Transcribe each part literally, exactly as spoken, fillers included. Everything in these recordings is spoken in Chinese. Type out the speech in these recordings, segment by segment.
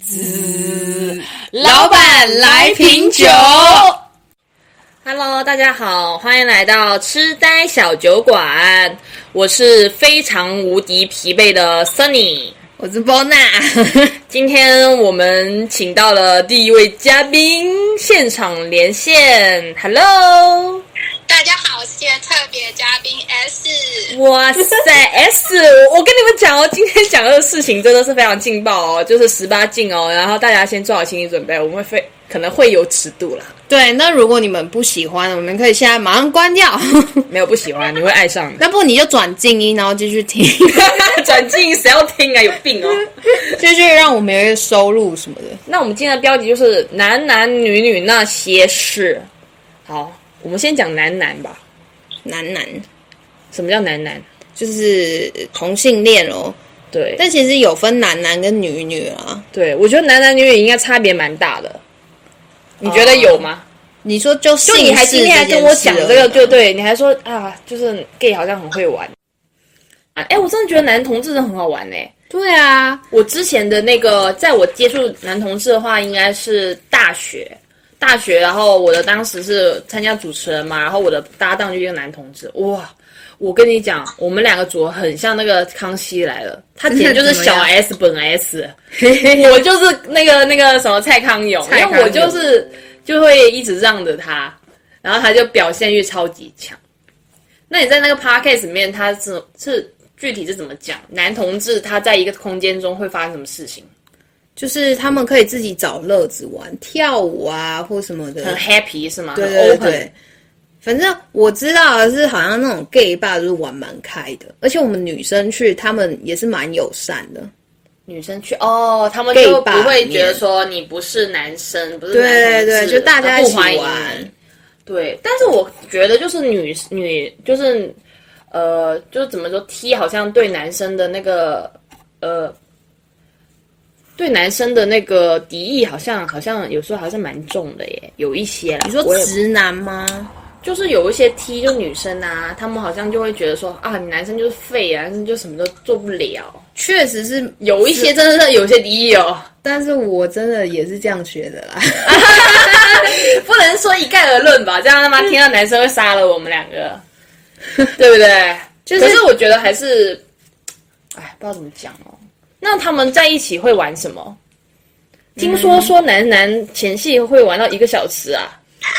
滋，老板来瓶酒。Hello， 大家好，欢迎来到痴呆小酒馆。我是非常无敌疲惫的 Sunny， 我是 Bona。 今天我们请到了第一位嘉宾，现场连线。Hello， 大家好，我是今天特别嘉宾 S。 哇塞 ，S， 我跟你们讲哦，今天讲的事情真的是非常劲爆哦，就是十八禁哦，然后大家先做好心理准备，我们会非可能会有尺度啦。 对，那如果你们不喜欢，我们可以现在马上关掉。 没有不喜欢，你会爱上的。 那不你就转静音，然后继续听。 转静音谁要听啊？有病哦！ 继续让我们有一个收入什么的。 那我们今天的标题就是男男女女那些事。好，我们先讲男男吧。 男男， 什么叫男男？ 就是同性恋哦。 对， 但其实有分男男跟女女啊。 对，我觉得男男女女应该差别蛮大的。你觉得有吗？ 哦、你说就就你还今天还跟我讲这个，就对，你还说啊，就是 gay 好像很会玩。哎、欸，我真的觉得男同志真的很好玩哎、欸。 对啊， 我之前的那个，在我接触男同志的话，应该是大学，大学，然后我的当时是参加主持人嘛，然后我的搭档就一个男同志，哇！我跟你讲，我们两个组很像那个康熙来了，他简直就是小 S 本 S， 我就是那个那个什么蔡康永，因为我就是就会一直让着他，然后他就表现欲超级强。那你在那个 podcast 里面，他是是具体是怎么讲？男同志他在一个空间中会发生什么事情？ 就是他们可以自己找乐子玩，跳舞啊或什么的， 很 happy 是吗？ 对对 对, 對。反正我知道的是，好像那种 gay 吧，就是玩蛮开的，而且我们女生去，他们也是蛮友善的。 女生去哦，他们就不会觉得说你不是男生，不是男同志， 对对对，就大家一起玩。 对，但是我觉得就是女女就是呃，就是怎么说 T 好像对男生的那个呃，对男生的那个敌意好像好像有时候还是蛮重的耶，有一些啦。 你说直男吗？ 就是有一些 T 就女生啊，他们好像就会觉得说啊，你男生就是废啊，男生就什么都做不了。 确实是有一些真的是有些敌意哦， 但是我真的也是这样觉得啦。 不能说一概而论吧，这样他妈听到男生会杀了我们两个，对不对？就是、可是我觉得还是，哎，不知道怎么讲哦。那他们在一起会玩什么？听说说男男前戏会玩到一个小时啊。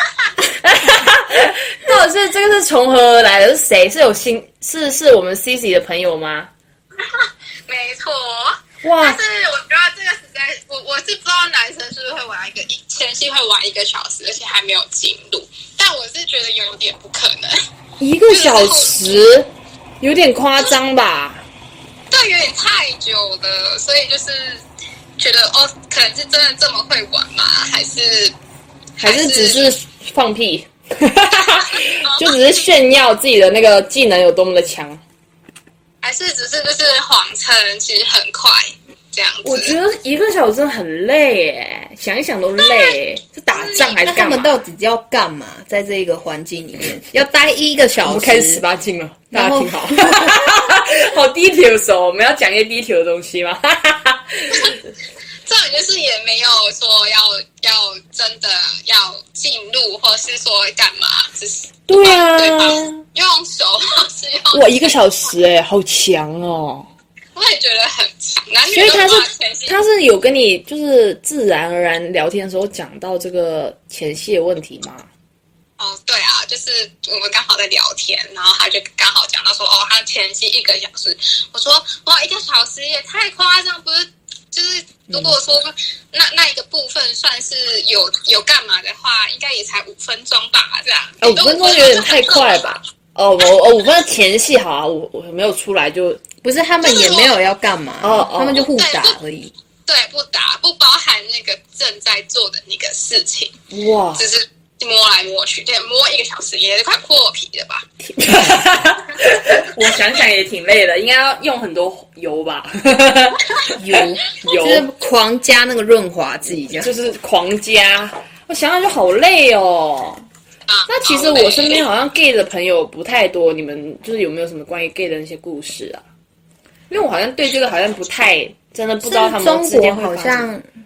到底是这个是从何而来的？是谁？是有新是是我们 C C 的朋友吗？ 没错。 哇！ 但是我觉得这个实在，我我是不知道男生是不是会玩一个前戏会玩一个小时，而且还没有进入。但我是觉得有点不可能。 一个小时有点夸张吧？ 对，有点太久了，所以就是觉得哦，可能是真的这么会玩吗？还是还是只是放屁？就只是炫耀自己的那个技能有多么的强， 还是只是就是谎称其实很快这样子？ 我觉得一个小时很累耶，想一想都累。是打仗还是干嘛？ 他们到底要干嘛？在这个环境里面要待一个小时？ 我们开始十八禁了，大家听好。好 details 哦，我们要讲一些 detail 的东西吗？ 这种就是也没有说要要真的要进入，或是说干嘛，只是对啊， 对方用手或是用哇，一个小时哎，好强哦！ 我也觉得很强。男女所以他是他是有跟你就是自然而然聊天的时候讲到这个前戏的问题吗？ 哦，对啊，就是我们刚好在聊天，然后他就刚好讲到说，哦，他前戏一个小时。我说，哇，一个小时也太夸张，不是？就是如果说那那一个部分算是有有干嘛的话，应该也才五分钟吧，这样。 哦，五分钟有点太快吧？哦，我我五分钟前戏好啊，我我没有出来就不是他们也没有要干嘛， 哦哦， 他们就互打而已。 对，不打不包含那个正在做的那个事情。 哇， 只是摸来摸去，对，摸一个小时也是快破皮了吧？ 我想想也挺累的，应该要用很多油吧？ 油油就是狂加那个润滑剂，这样就是狂加。我想想就好累哦。 啊， 那其实我身边好像 gay 的朋友不太多，你们就是有没有什么关于 gay 的那些故事啊？因为我好像对这个好像不太真的不知道他们之间会好像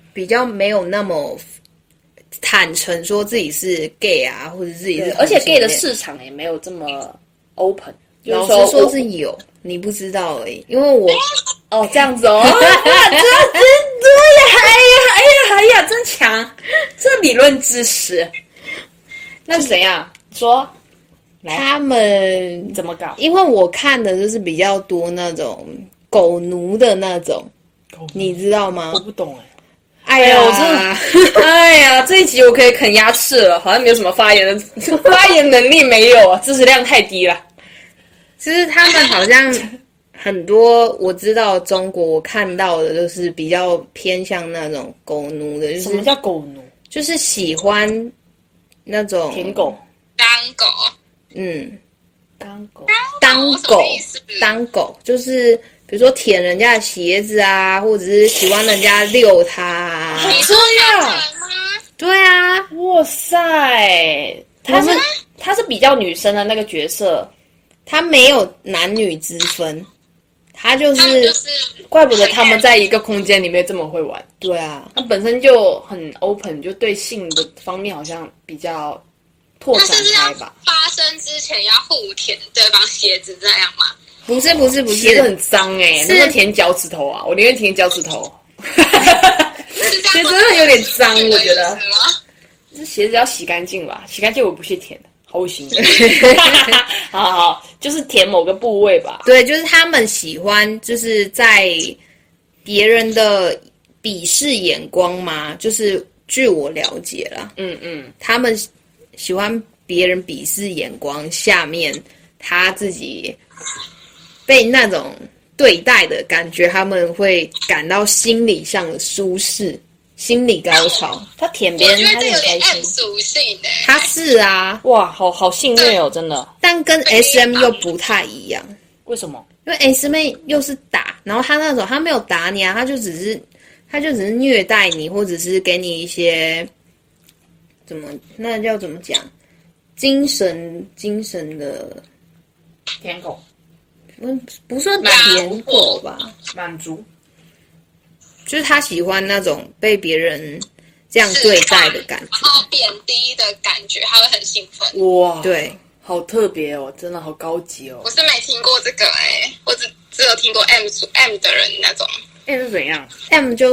比较没有那么坦诚说自己是 gay 啊，或者自己是， 而且 gay 的市场也没有这么 open。 老实说是有，你不知道而已。因为我哦这样子哦，这真对呀，哎呀哎呀哎呀，真强，这理论知识。那是怎样说？ 他们怎么搞？ 因为我看的就是比较多那种狗奴的那种，你知道吗？ 我不懂哎。哎呀，我真的，哎呀，这一集我可以啃鸭翅了，好像没有什么发言的发言能力没有啊，知识量太低了。 其实他们好像很多，我知道中国我看到的就是比较偏向那种狗奴的，就是什么叫狗奴？ 就是喜欢那种舔狗、 当狗， 嗯， 当狗、 当狗、当狗，就是比如说舔人家的鞋子啊，或者是喜欢人家遛它啊。 你说这样吗？ 对啊， 哇塞，他是他是比较女生的那个角色。 他没有男女之分，他就他们是， 就是怪不得他们在一个空间里面这么会玩。 对啊， 他本身就很 open， 就对性的方面好像比较拓展那是要开吧。 发生之前要互舔对方鞋子这样吗？ 不是不是不是， 鞋子很脏哎、欸，能不能舔脚趾头啊？我宁愿舔脚趾头。 是这样鞋子真的有点脏，我觉得。 是吗？ 这鞋子要洗干净吧？洗干净我不去舔的，好恶心。好好好，就是舔某个部位吧。 对，就是他们喜欢，就是在别人的鄙视眼光嘛，就是据我了解啦， 嗯嗯， 他们喜欢别人鄙视眼光下面，他自己被那种对待的感觉，他们会感到心理上的舒适，心理高潮。 他舔别我人，他觉得这有点很开 M 心。 属性的、 他是啊， 哇，好好幸运哦，真的。 但跟 S M 又不太一样。 为什么？ 因为 S M 又是打，然后他那种他没有打你啊，他就只是他就只是虐待你，或者是给你一些怎么那叫怎么讲，精神精神的舔狗不不算舔狗吧， 满足。 就是他喜欢那种被别人这样对待的感觉。 然后贬低的感觉，他会很兴奋。 哇， 对， 好特别哦，真的好高级哦我。是没听过这个哎、欸，我只只有听过 M 属 M 的人那种。 哎、是怎样？ M 就是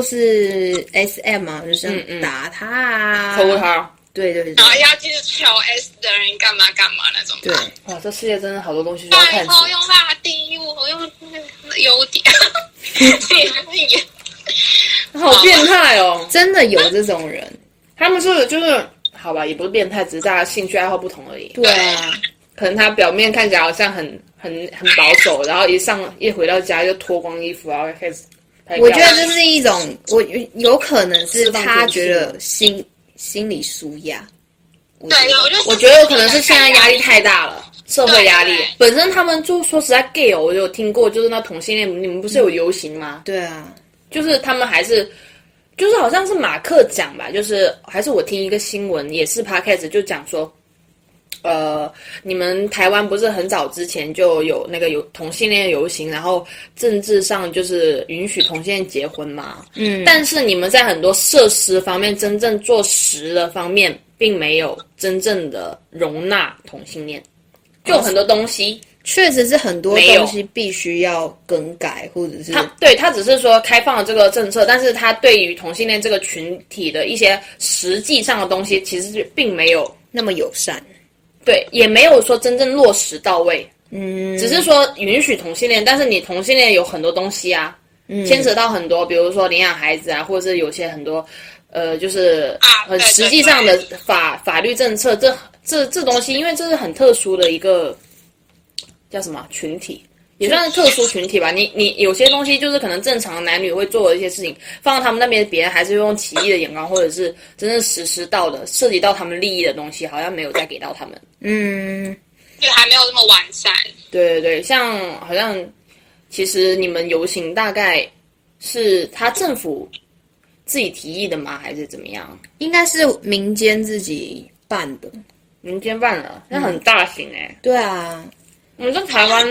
S M 啊，就是嗯嗯打他啊， 抠他。 对对对然后要继续求 S 的人干嘛干嘛那种。 对， 哇，这世界真的好多东西需要拜探索。 托用蜡滴，我用那个优点，也好变态哦！ 真的有这种人。 他们是就是好吧，也不是变态，只是大家兴趣爱好不同而已。 对啊， 可能他表面看起来好像很很很保守，然后一上一回到家就脱光衣服，然后开始拍我觉得照这是一种，我有可能是释放他天性觉得心心理舒压。我对， 觉得我就我觉得有可能是现在压力太大了，社会压力对对。 本身他们就说实在 gay 哦，我有听过，就是那同性恋，你们不是有游行吗？ 对啊， 就是他们还是，就是好像是马克讲吧，就是还是我听一个新闻，也是 podcast 就讲说，呃，你们台湾不是很早之前就有那个有同性恋游行，然后政治上就是允许同性恋结婚嘛， 嗯， 但是你们在很多设施方面，真正做实的方面，并没有真正的容纳同性恋，就很多东西。 确实是很多没有东西必须要更改，或者是他对他只是说开放了这个政策，但是他对于同性恋这个群体的一些实际上的东西，其实是并没有那么友善。 对，也没有说真正落实到位。 嗯， 只是说允许同性恋，但是你同性恋有很多东西啊， 嗯牵扯到很多，比如说领养孩子啊，或者是有些很多呃，就是很啊对对实际上的法法律政策，这这这东西，因为这是很特殊的一个叫什么群体，也算是特殊群体吧。你你有些东西就是可能正常男女会做的一些事情，放到他们那边，别人还是用歧义的眼光，或者是真正实施到的涉及到他们利益的东西，好像没有再给到他们。 嗯， 就还没有那么完善。 对对对，像好像其实你们游行大概是他政府自己提议的吗？还是怎么样？ 应该是民间自己办的。 民间办了，那很大型哎、欸。 对啊， 我们在台湾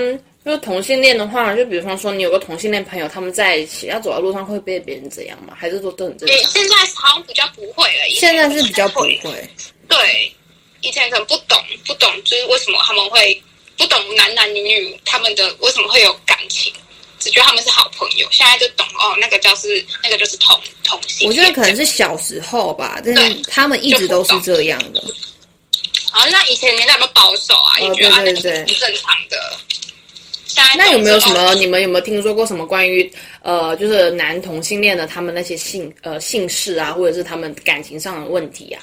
就是同性恋的话，就比方说你有个同性恋朋友，他们在一起，要走在路上会被别人怎样吗？还是说都很正常？ 诶，现在好像比较不会了， 现在是比较不会。 对，以前可能不懂，不懂就是为什么他们会不懂男男女女他们的为什么会有感情，只觉得他们是好朋友。现在就懂哦，那个就是那个就是同同性。 我觉得可能是小时候吧，但是他们一直都是这样的。 好像那以前年代比较保守啊，也觉得那是不正常的。 那有没有什么？你们有没有听说过什么关于呃，就是男同性恋的他们那些性呃性事啊，或者是他们感情上的问题啊？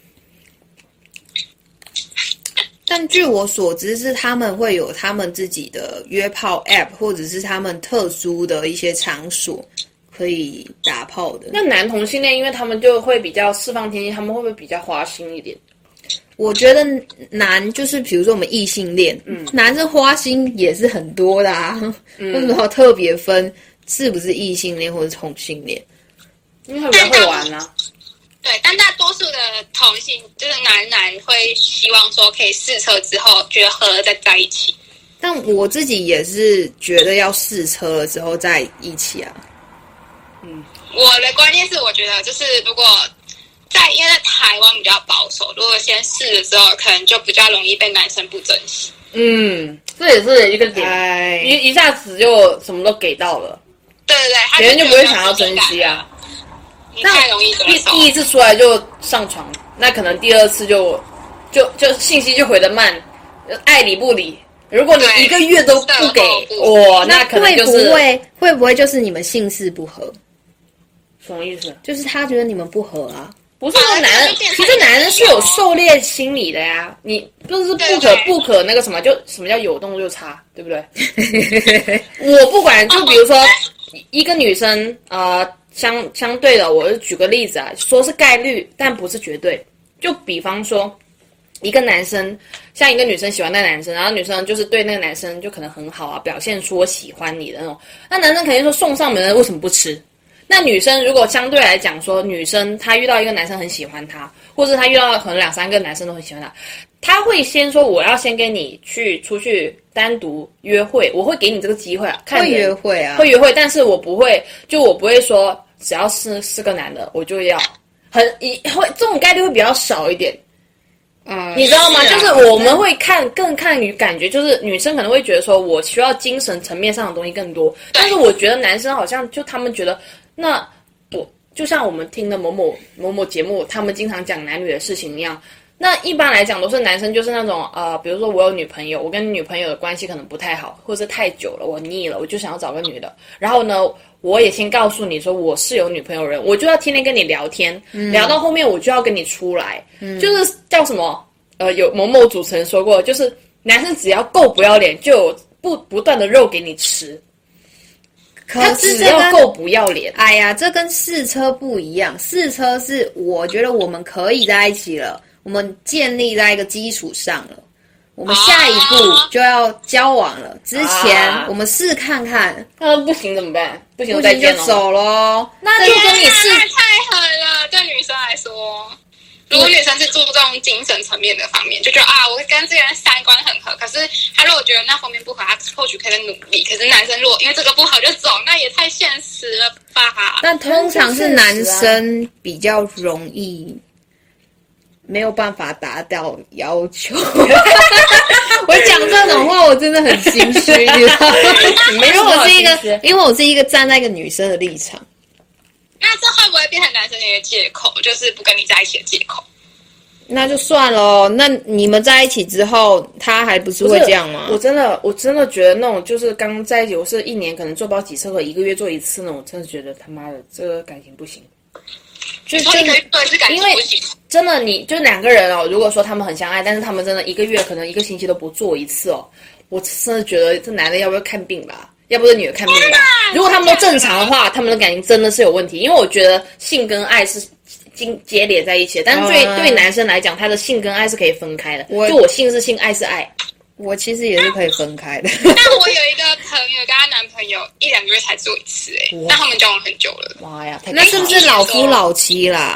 但据我所知，是他们会有他们自己的约炮 App， 或者是他们特殊的一些场所可以打炮的。 那男同性恋，因为他们就会比较释放天性，他们会不会比较花心一点？ 我觉得男就是比如说我们异性恋，嗯，男生花心也是很多的啊，嗯、为什么要特别分是不是异性恋或者同性恋？ 因为他比较会玩啊。 对，但大多数的同性就是男男会希望说可以试车之后觉得合了再在一起。 但我自己也是觉得要试车了之后在一起啊。 嗯，我的观念是，我觉得就是如果。在因为在台湾比较保守，如果先试的时候，可能就比较容易被男生不珍惜。 嗯，这也是一个点，一一下子就什么都给到了。 对对对， 别人就不会想要珍惜啊。 你太容易得手。 第一次出来就上床，那可能第二次就就就信息就回得慢，爱理不理。如果你一个月都不给，哇，那可能就是会不会会不会就是你们姓氏不合？ 什么意思？ 就是他觉得你们不合啊。 不是说男人，其实男人是有狩猎心理的呀。你就是不可不可那个什么，就什么叫有动就插，对不对？我不管，就比如说一个女生，呃，相相对的，我就举个例子啊，说是概率，但不是绝对。就比方说，一个男生像一个女生喜欢那个男生，然后女生就是对那个男生就可能很好啊，表现出我喜欢你的那种，那男生肯定说送上门的为什么不吃？那女生如果相对来讲说，女生她遇到一个男生很喜欢她，或者她遇到可能两三个男生都很喜欢她，她会先说我要先跟你去出去单独约会，我会给你这个机会啊，看会约会啊， 会约会，但是我不会，就我不会说只要是是个男的我就要，很一会这种概率会比较少一点。 嗯， 你知道吗？ 是啊、 就是我们会看更看于感觉，就是女生可能会觉得说我需要精神层面上的东西更多，但是我觉得男生好像就他们觉得。那我就像我们听的某某某某节目，他们经常讲男女的事情一样。那一般来讲都是男生就是那种呃，比如说我有女朋友，我跟女朋友的关系可能不太好，或者是太久了，我腻了，我就想要找个女的。然后呢，我也先告诉你说我是有女朋友人，我就要天天跟你聊天，嗯、聊到后面我就要跟你出来，嗯、就是叫什么呃，有某某主持人说过，就是男生只要够不要脸，就有不不断的肉给你吃。他只要够不要脸。 哎呀，这跟试车不一样。试车是我觉得我们可以在一起了，我们建立在一个基础上了，我们下一步就要交往了。之前我们试看看， 那不行怎么办？不行不行就走咯。 那就跟你试， 太狠了，对女生来说。如果女生是注重精神层面的方面，就觉得啊，我跟这个人三观很合，可是他如果觉得那方面不合，他或许可以再努力。可是男生如果因为这个不合就走，那也太现实了吧？ 但通常是男生比较容易没有办法达到要求。我讲这种话，我真的很心虚，你知道吗？因为我是一个，因为我是一个站在一个女生的立场。 那这会不会变成男生的一个借口，就是不跟你在一起的借口？ 那就算了。那你们在一起之后，他还不是会这样吗？ 我真的，我真的觉得那种就是刚在一起，我是一年可能做不到几次，或一个月做一次那种，真的觉得他妈的这个感情不行。 就真的是感情不行。 真的，你就两个人哦，如果说他们很相爱，但是他们真的一个月可能一个星期都不做一次哦，我真的觉得这男的要不要看病吧？要不是女的看病吧？如果他们都正常的话，他们的感情真的是有问题。因为我觉得性跟爱是经接连在一起的，但是对、嗯、对男生来讲，他的性跟爱是可以分开的。就我性是性，爱是爱。 我其实也是可以分开的。 但我有一个朋友跟她男朋友一两个月才做一次、欸，哎，但他们交往很久了。 妈呀， 那是不是老夫老妻啦？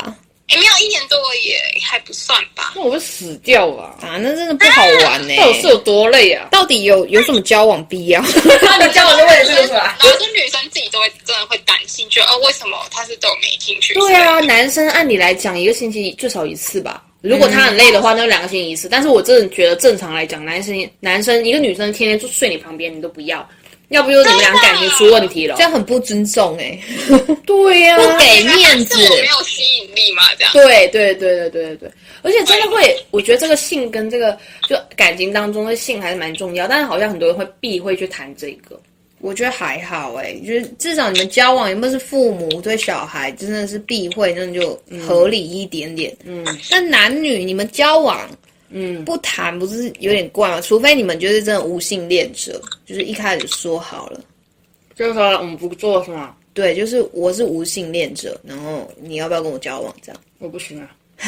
哎，没有一年多也还不算吧。 那我会死掉吧？ 啊，那真的不好玩呢、欸。 到底是有多累啊？ 到底有有什么交往必要？ 那你交往就为了这个是吧？ 然后跟女生自己都会真的会担心，觉得哦，为什么他是都没兴趣？ 对啊，男生按理来讲一个星期最少一次吧。如果他很累的话，那就两个星期一次。但是我真的觉得正常来讲，男生男生一个女生天天就睡你旁边，你都不要。要不就是你们俩感情出问题了， 这样很不尊重哎、 欸。对呀、啊， 不给面子， 我没有吸引力嘛？这样。 对对对对对对，而且真的会，我觉得这个性跟这个就感情当中的性还是蛮重要，但是好像很多人会避讳去谈这个。 我觉得还好哎、欸，就是至少你们交往有没有是父母对小孩真的是避讳，那就合理一点点。嗯，但男女你们交往。嗯，不谈不是有点怪吗？除非你们就是真的无性恋者，就是一开始说好了， 就是说我们不做是吗？ 对，就是我是无性恋者，然后你要不要跟我交往？这样我不行啊，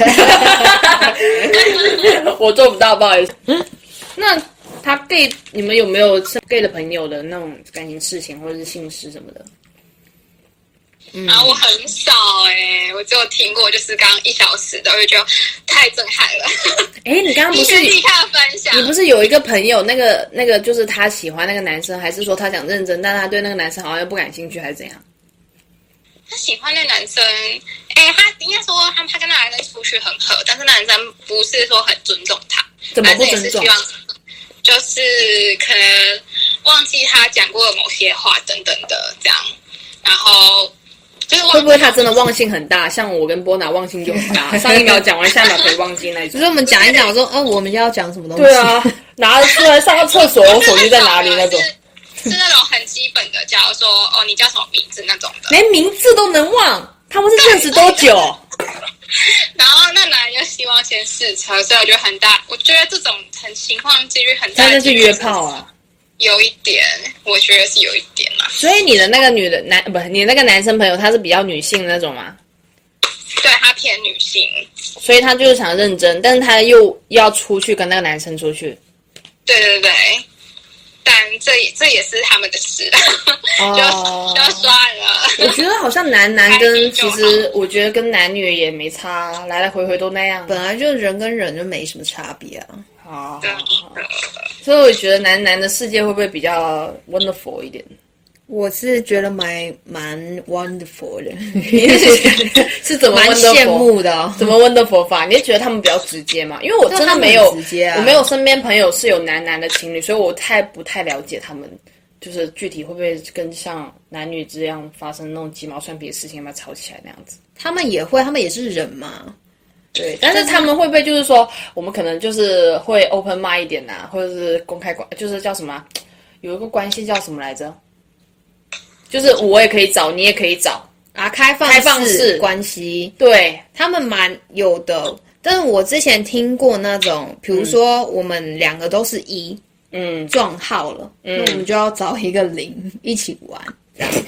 我做不到，不好意思。嗯，那他 gay， 你们有没有 gay 的朋友的那种感情事情或者是性事什么的？ 嗯、啊，我很少哎、欸，我只有听过，就是刚刚一小时的，我就觉得太震撼了。 哎、欸，你刚刚不是立刻分享？ 你不是有一个朋友，那个那个就是他喜欢那个男生，还是说他想认真，但他对那个男生好像又不感兴趣，还是怎样？ 他喜欢那男生，哎、欸，他应该说他他跟那男生出去很合，但是那男生不是说很尊重他， 怎么不尊重？ 就是可能忘记他讲过的某些话等等的这样，然后。 会不会他真的忘性很大？像我跟波娜忘性就很大，上一秒讲完，下一秒可以忘记那种。 就是我们讲一讲，我说哦，我们要讲什么东西？ 对啊，拿出来上个厕所，我手机在哪里那种。 是那种很基本的，假如说哦，你叫什么名字那种的， 连名字都能忘，他们是认识多久？ 然后那男人又希望先试车，所以我觉得很大，我觉得这种很情况几率很大。 真的是约炮啊。 有一点，我觉得是有一点啦。 所以你的那个女的男不，你那个男生朋友他是比较女性那种吗？ 对，他偏女性， 所以他就是想认真，但是他又要出去跟那个男生出去。 对对对，但这也这也是他们的事，哦、就就算了。 我觉得好像男男跟其实我觉得跟男女也没差，来来回回都那样。 本来就人跟人就没什么差别啊。 好，所以我觉得男男的世界会不会比较 wonderful 一点？ 我是觉得蛮蛮 wonderful 的， 是怎么蛮羡慕的、哦？ 怎么 wonderful 法？你是觉得他们比较直接吗？因为我真的没有， 直接啊、 我没有身边朋友是有男男的情侣，所以我太不太了解他们，就是具体会不会跟像男女这样发生那种鸡毛蒜皮的事情，要不要吵起来那样子？ 他们也会，他们也是人嘛。 对，但是他们会不会就是说，我们可能就是会 open mind 一点呐、啊，或者是公开关，就是叫什么？有一个关系叫什么来着？就是我也可以找，你也可以找啊，开放开放式关系。 对， 他们蛮有的，但是我之前听过那种，比如说我们两个都是一，嗯，撞号了，嗯，那我们就要找一个零一起玩，这样，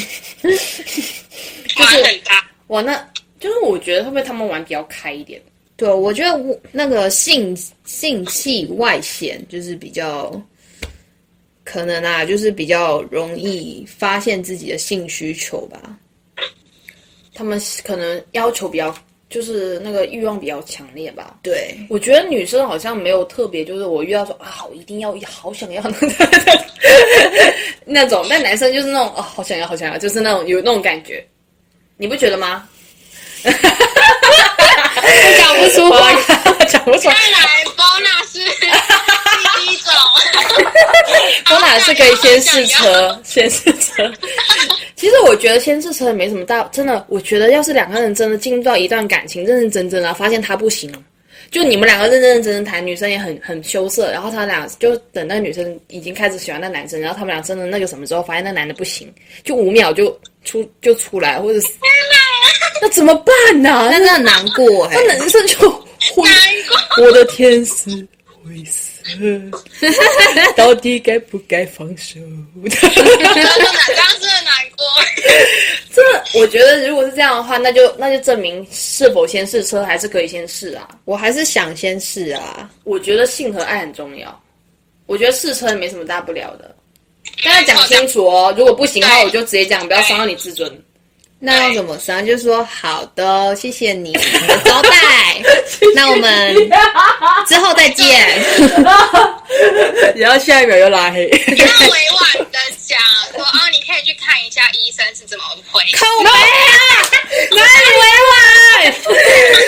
就是很大哇，那。就是我觉得会不会他们玩比较开一点？ 对，我觉得我那个性性气外显就是比较可能啊，就是比较容易发现自己的性需求吧。 他们可能要求比较，就是那个欲望比较强烈吧。 对， 我觉得女生好像没有特别，就是我遇到说啊，我一定要，好想要那种，但男生就是那种哦，好想要，好想要，就是那种有那种感觉，你不觉得吗？ 我讲不出话， 讲不出来。 看来 Bona 是第一种 ，Bona 是可以先试车，先试车。其实我觉得先试车也没什么大，真的，我觉得要是两个人真的进入到一段感情，认认真真的发现他不行，就你们两个认认真真谈，女生也很很羞涩，然后他俩就等那个女生已经开始喜欢那男生，然后他们俩真的那个什么之后，发现那男的不行，就五秒就出就出来，或者是。那怎么办呢、啊？ 那真的难过哎、 欸，那男生就会，我的天使灰色，到底该不该放手？ 真的难，这样真的难过。 这我觉得，如果是这样的话，那就那就证明是否先试车还是可以先试啊。 我还是想先试啊。 我觉得性和爱很重要，我觉得试车也没什么大不了的，但要讲清楚哦。如果不行的话，我就直接讲，不要伤到你自尊。 那要怎么删？就说好的，谢谢你的招待，那我们之后再见。 然后下一秒又拉黑。 你要委婉的讲说哦，你可以去看一下医生是怎么回。 靠北啊！哪里委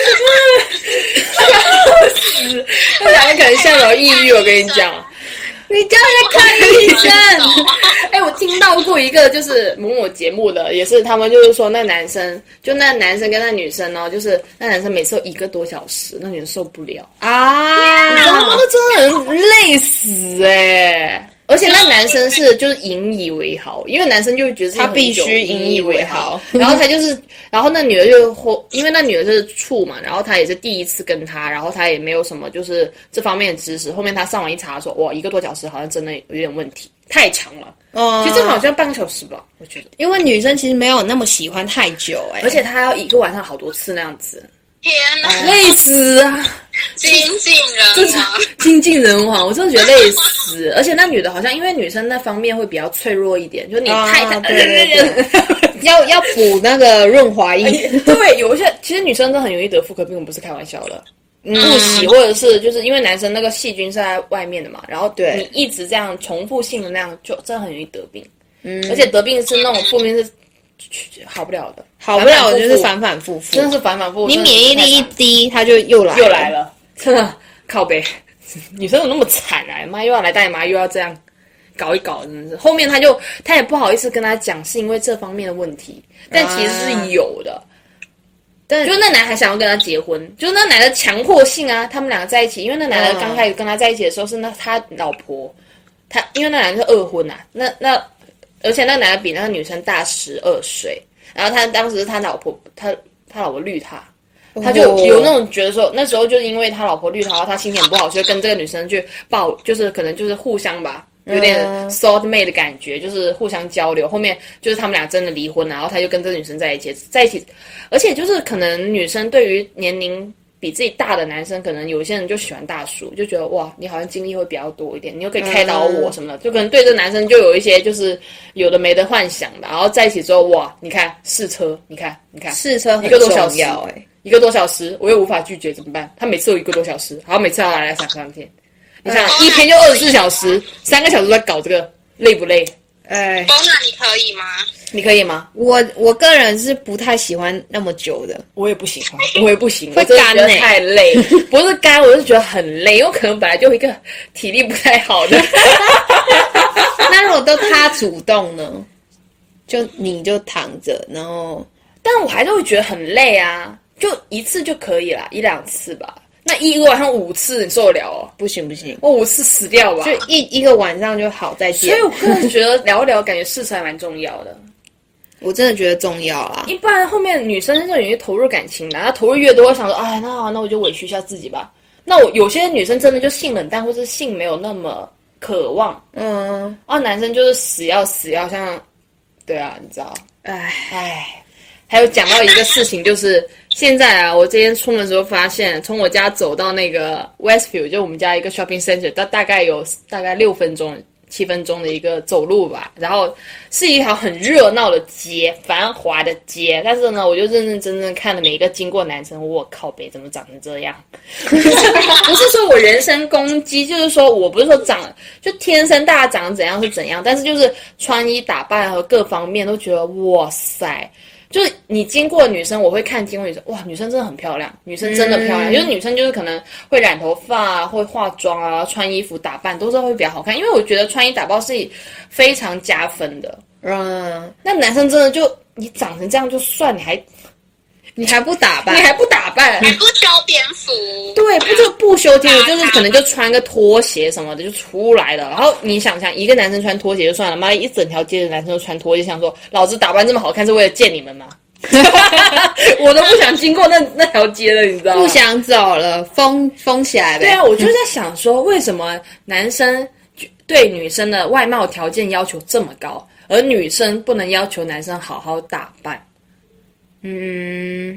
笑死！那两个可能现在有抑郁，我跟你讲。 你叫他看医生。 哎、欸，我听到过一个就是某某节目的，也是他们就是说那男生，就那男生跟那女生哦，就是那男生每次都一个多小时，那女生受不了啊， 然后那真的很累死哎、欸。而且那男生是就是引以为豪，因为男生就觉得他必须引以为豪， 然后他就是，然后那女的就因为那女的是处嘛，然后他也是第一次跟他，然后他也没有什么就是这方面的知识，后面他上网一查说，哇，一个多小时好像真的有点问题，太长了。哦、嗯，其实这好像半个小时吧，我觉得， 因为女生其实没有那么喜欢太久哎、欸， 而且他要一个晚上好多次那样子。 天哪， 累死啊！ 精尽人亡， 精尽人亡，我真的觉得累死。而且那女的好像因为女生那方面会比较脆弱一点，就你太太、 啊、对对对，要要补那个润滑液。 对，有一些其实女生都很容易得妇科病，不是开玩笑的。不洗或者是就是因为男生那个细菌是在外面的嘛，然后对你一直这样重复性的那样，就真的很容易得病。嗯，而且得病是那种负面是好不了的。 好不了，就是反反复复， 真的是反反复复。 你免疫力一低，它就又来了又来了，真的靠北。女生怎么那么惨啊？妈又要来大姨妈，又要这样搞一搞，真的是。后面他就他也不好意思跟他讲，是因为这方面的问题，但其实是有的。但就那男孩想要跟他结婚，就是那男的强迫性啊，他们两个在一起，因为那男的刚开始跟他在一起的时候是那他老婆，他因为那男的是二婚啊，那那而且那男的比那个女生大十二岁。然后他当时他老婆，他他老婆绿他，他就有那种觉得说，那时候就是因为他老婆绿他，他心情不好，所以跟这个女生去抱，就是可能就是互相吧，有点 soul mate 的感觉，就是互相交流。后面就是他们俩真的离婚了，然后他就跟这个女生在一起，在一起，而且就是可能女生对于年龄比自己大的男生，可能有些人就喜欢大叔，就觉得哇，你好像经历会比较多一点，你又可以开导我什么的，就可能对这男生就有一些就是有的没的幻想的。然后在一起之后，哇，你看试车，你看你看试车一个多小时， 哎、欸， 一个多小时，我又无法拒绝怎么办？他每次有一个多小时，然后每次要来来三三天，你想、嗯、一天就二十四小时，三个小时在搞这个，累不累？ 哎 ，Bona 你可以吗？ 你可以吗？ 我我个人是不太喜欢那么久的， 我也不喜欢，我也不行， 会干呢、欸， 太累，不是干，我是觉得很累，我可能本来就一个体力不太好的。 那如果都他主动呢？就你就躺着，然后， 但我还是会觉得很累啊，就一次就可以啦，一两次吧。那一个晚上五次，你受得了哦？ 不行不行， 我五次死掉吧。 就一一个晚上就好，再见。 所以我个人觉得聊一聊，感觉试车还蛮重要的。 我真的觉得重要啊！ 一般后面女生是容易投入感情的，她投入越多，我想说，哎，那好，那我就委屈一下自己吧。那我有些女生真的就性冷淡，或是性没有那么渴望，嗯，啊，男生就是死要死要像，对啊，你知道， 哎哎，还有讲到一个事情，就是现在啊，我今天出门的时候发现，从我家走到那个 Westview， 就我们家一个 shopping center， 大大概有大概六分钟。七分钟的一个走路吧，然后是一条很热闹的街，繁华的街。但是呢，我就认认真真看了每一个经过男生，我靠北怎么长成这样？不是说我人身攻击，就是说我不是说长就天生大家长得怎样是怎样，但是就是穿衣打扮和各方面都觉得哇塞。就是你经过女生，我会看经过女生，哇，女生真的很漂亮，女生真的漂亮。嗯、就是女生就是可能会染头发啊，会化妆啊，穿衣服打扮都是会比较好看。因为我觉得穿衣打扮是非常加分的。嗯，那男生真的就你长成这样就算，你还你还不打扮， 你还不打扮， 还不修边幅， 对，不就不修边幅，就是可能就穿个拖鞋什么的就出来了。然后你想想，一个男生穿拖鞋就算了，妈一整条街的男生都穿拖鞋，想说老子打扮这么好看是为了见你们吗？我都不想经过那那条街了，你知道吗？ 不想走了，封封起来呗。 对啊，我就在想说，为什么男生对女生的外貌条件要求这么高，而女生不能要求男生好好打扮？ 嗯，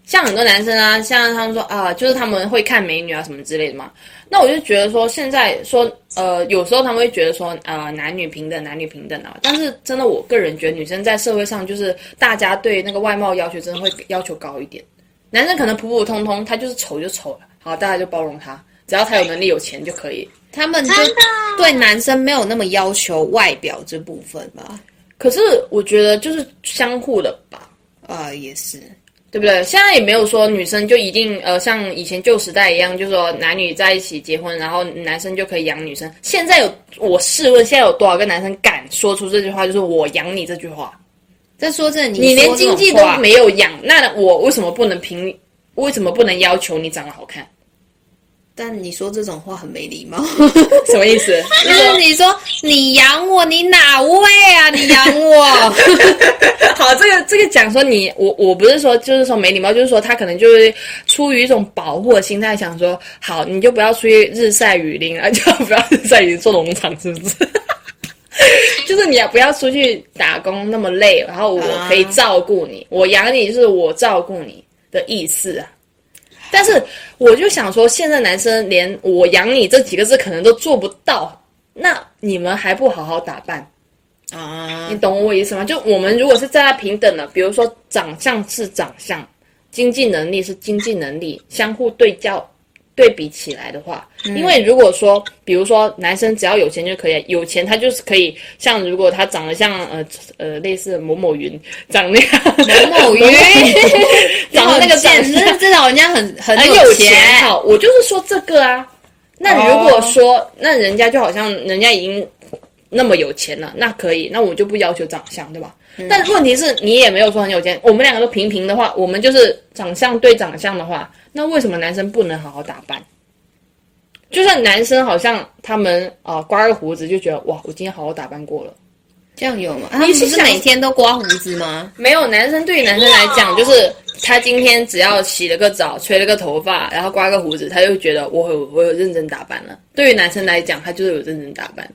像很多男生啊，像他们说啊，就是他们会看美女啊什么之类的嘛。那我就觉得说，现在说呃，有时候他们会觉得说呃，男女平等，男女平等啊。但是真的，我个人觉得女生在社会上就是大家对那个外貌要求真的会要求高一点。男生可能普普通通，他就是丑就丑了，好，大家就包容他，只要他有能力有钱就可以。 他们就对男生没有那么要求外表这部分吧？ 可是我觉得就是相互的吧。 啊、呃，也是。 对不对？现在也没有说女生就一定呃像以前旧时代一样，就是说男女在一起结婚，然后男生就可以养女生。现在有我试问，现在有多少个男生敢说出这句话？就是我养你这句话。 再说这你你连经济都没有养，那我为什么不能凭？为什么不能要求你长得好看？ 但你说这种话很没礼貌， 什么意思？ 就是你说你养我，你哪位啊？你养我？ 好，这个这个讲说你我我不是说就是说没礼貌，就是说他可能就是出于一种保护的心态，想说好你就不要出去日晒雨淋啊，就不要日晒雨淋做农场，是不是？就是你要不要出去打工那么累，然后我可以照顾你，我养你就是我照顾你的意思啊。但是我就想说，现在男生连我养你这几个字可能都做不到，那你们还不好好打扮啊？ 你懂我意思吗？就我们如果是在平等的，比如说长相是长相，经济能力是经济能力，相互对较对比起来的话，因为如果说，比如说男生只要有钱就可以，有钱他就是可以，像如果他长得像呃呃类似某某云，长那个某某云， 长得那个简直知道人家很很很有钱。好，我就是说这个啊。那如果说、哦、那人家就好像人家已经那么有钱了，那可以，那我就不要求长相，对吧？嗯、但问题是你也没有说很有钱，我们两个都平平的话，我们就是长相对长相的话。那为什么男生不能好好打扮？就算男生好像他们啊、呃、刮个胡子就觉得哇，我今天好好打扮过了， 这样有吗？你是每天都刮胡子吗？ 没有，男生对于男生来讲，就是他今天只要洗了个澡、吹了个头发，然后刮个胡子，他就觉得我有我有认真打扮了。对于男生来讲，他就是有认真打扮。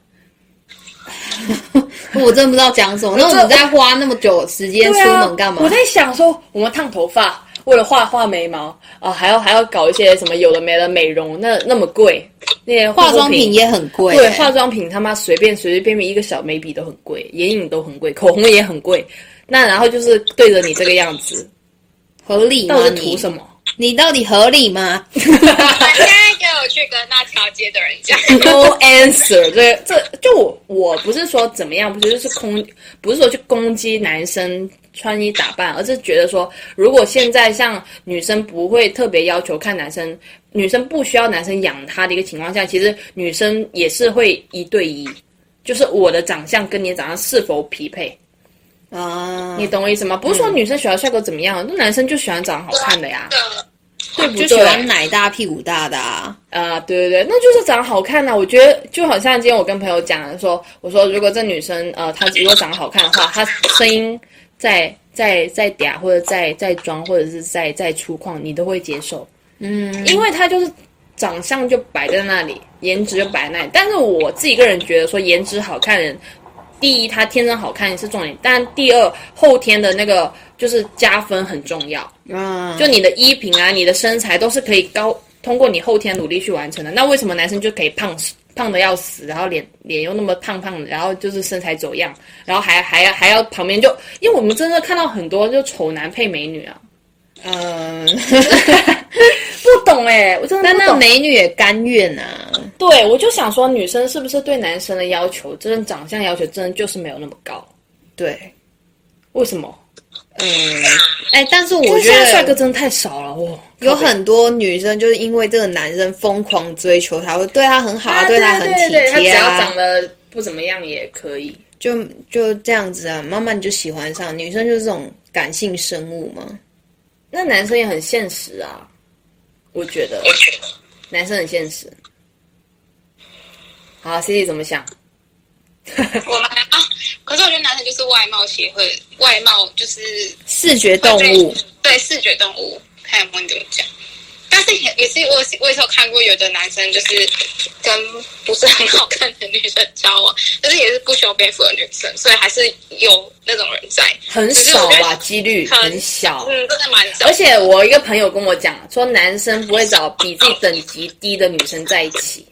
我真的不知道讲什么。那我们在花那么久时间出门干嘛、 啊？我在想说，我们烫头发。为了画画眉毛啊，还要还要搞一些什么有的没的美容，那那么贵，那些化妆品也很贵、欸。 对，化妆品他妈随便随随便便一个小眉笔都很贵，眼影都很贵，口红也很贵。那然后就是对着你这个样子， 合理吗？ 到底图什么？ 你到底合理吗？ 我现在给我去跟那条街的人讲。 No answer 这这就我我不是说怎么样，不是就是攻，不是说去攻击男生穿衣打扮，而是觉得说，如果现在像女生不会特别要求看男生，女生不需要男生养她的一个情况下，其实女生也是会一对一，就是我的长相跟你的长相是否匹配。 啊， 你懂我意思吗？不是说女生喜欢帅哥怎么样，那、嗯、男生就喜欢长得好看的呀，对不对？ 就喜欢奶大屁股大的啊。 啊、呃，对对对，那就是长得好看啊。我觉得就好像今天我跟朋友讲的说，我说如果这女生呃她如果长得好看的话，她声音再再再嗲或者再再装或者是再再粗犷，你都会接受。 嗯， 因为她就是长相就摆在那里，颜值就摆在那里。但是我自己个人觉得说颜值好看的人。第一，他天生好看是重点，但第二，后天的那个就是加分很重要。 嗯， 就你的衣品啊，你的身材都是可以高通过你后天努力去完成的。那为什么男生就可以胖胖的要死，然后脸脸又那么胖胖的，然后就是身材走样，然后还还要还要旁边就，因为我们真的看到很多就丑男配美女啊。 嗯， 不懂哎、欸，我真的不懂。 但那美女也甘愿啊。 对，我就想说，女生是不是对男生的要求，真的长相要求，真的就是没有那么高？ 对， 为什么？ 嗯，哎，但是我觉得帅哥真的太少了哦。 有很多女生就是因为这个男生疯狂追求她，会对他很好啊，对他很体贴啊。 他只要长得不怎么样也可以， 就就这样子啊，慢慢就喜欢上。女生就是这种感性生物嘛。 那男生也很现实啊，我觉得，男生很现实。好 ，C C 怎么想？ 我们啊，可是我觉得男生就是外貌协会，外貌就是视觉动物， 对视觉动物，看有没有怎么讲。但是也也是我我也是有看过有的男生就是跟不是很好看的女生交往，但是也是不修边幅的女生，所以还是有那种人在， 很少吧，几率很小， 嗯，真的蛮少。 而且我一个朋友跟我讲说，男生不会找比自己等级低的女生在一起。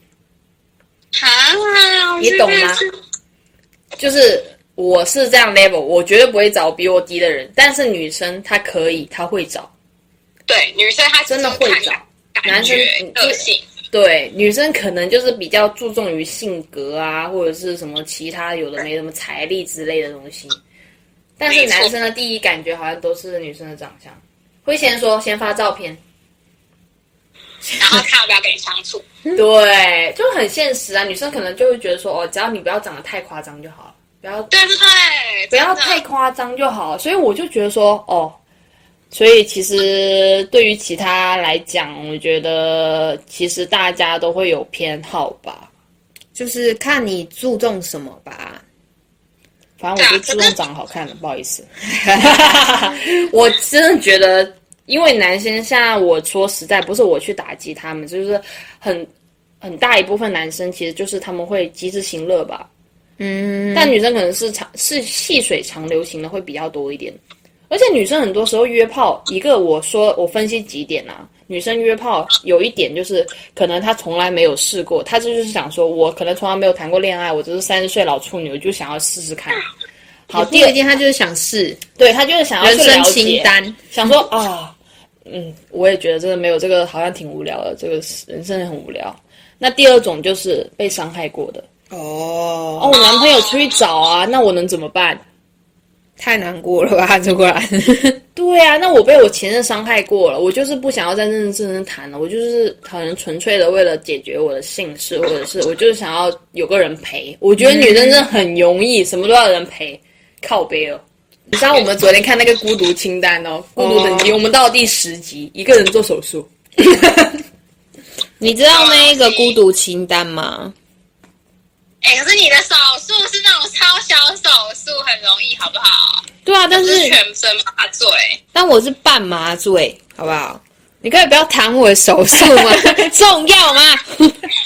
啊， 你懂吗？就是我是这样 level， 我绝对不会找比我低的人，但是女生她可以，她会找。 对，女生她真的会找，男生个性。 对，女生可能就是比较注重于性格啊，或者是什么其他有的没什么财力之类的东西。但是男生的第一感觉好像都是女生的长相，会先说先发照片， 然后看要不要跟你相处。 对，就很现实啊。女生可能就会觉得说，哦，只要你不要长得太夸张就好了，不要对对对， 不要太夸张就好。所以我就觉得说，哦。所以其实对于其他来讲，我觉得其实大家都会有偏好吧， 就是看你注重什么吧。 反正我就注重长得好看的，不好意思。我真的觉得，因为男生现在我说实在，不是我去打击他们，就是很很大一部分男生其实就是他们会及时行乐吧。 嗯， 但女生可能是长是细水长流型的会比较多一点。而且女生很多时候约炮，一个我说我分析几点啊，女生约炮有一点就是可能她从来没有试过，她就是想说我可能从来没有谈过恋爱，我只是三十岁老处女，我就想要试试看。 好，第二件她就是想试， 对，她就是想要人生清单， 想说啊，嗯，我也觉得真的没有这个好像挺无聊的，这个人生很无聊。那第二种就是被伤害过的哦， 哦，我男朋友出去找啊，那我能怎么办？ 太难过了吧，这个人。 对啊，那我被我前任伤害过了，我就是不想要再认认真真谈了，我就是可能纯粹的为了解决我的性事，或者是我就是想要有个人陪。我觉得女生真的很容易，什么都要有人陪，靠背了。你知道我们昨天看那个孤独清单哦，孤独等级，我们到了第十集，一个人做手术。 你知道那个孤独清单吗？ 哎、欸，可是你的手术是那种超小手术，很容易，好不好？ 对啊，但是全身麻醉， 但我是半麻醉，好不好？你可以不要谈我的手术吗？重要吗？ 重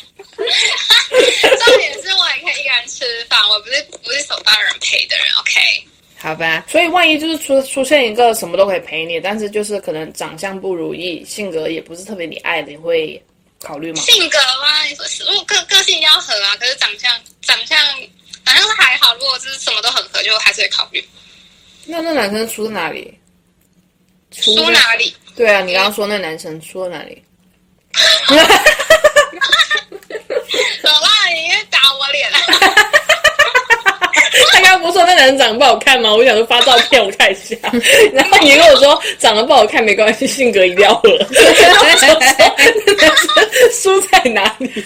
点是我也可以一个人吃饭，我不是不是手帮人陪的人 ，OK？ 好吧， 所以万一就是出出现一个什么都可以陪你，但是就是可能长相不如意，性格也不是特别你爱的，你会考虑吗？ 性格吗？你说如果个个性要合啊，可是长相长相长相是还好，如果就是什么都很合，就还是会考虑。那那男生出哪里？ 出哪里？ 对啊，你刚刚说那男生出哪里？ 走啦，你在打我脸啊！ 他刚刚不是说那男人长得不好看吗？我想说发照片我看一下，然后你跟我说长得不好看没关系，性格一定要合。输在哪里？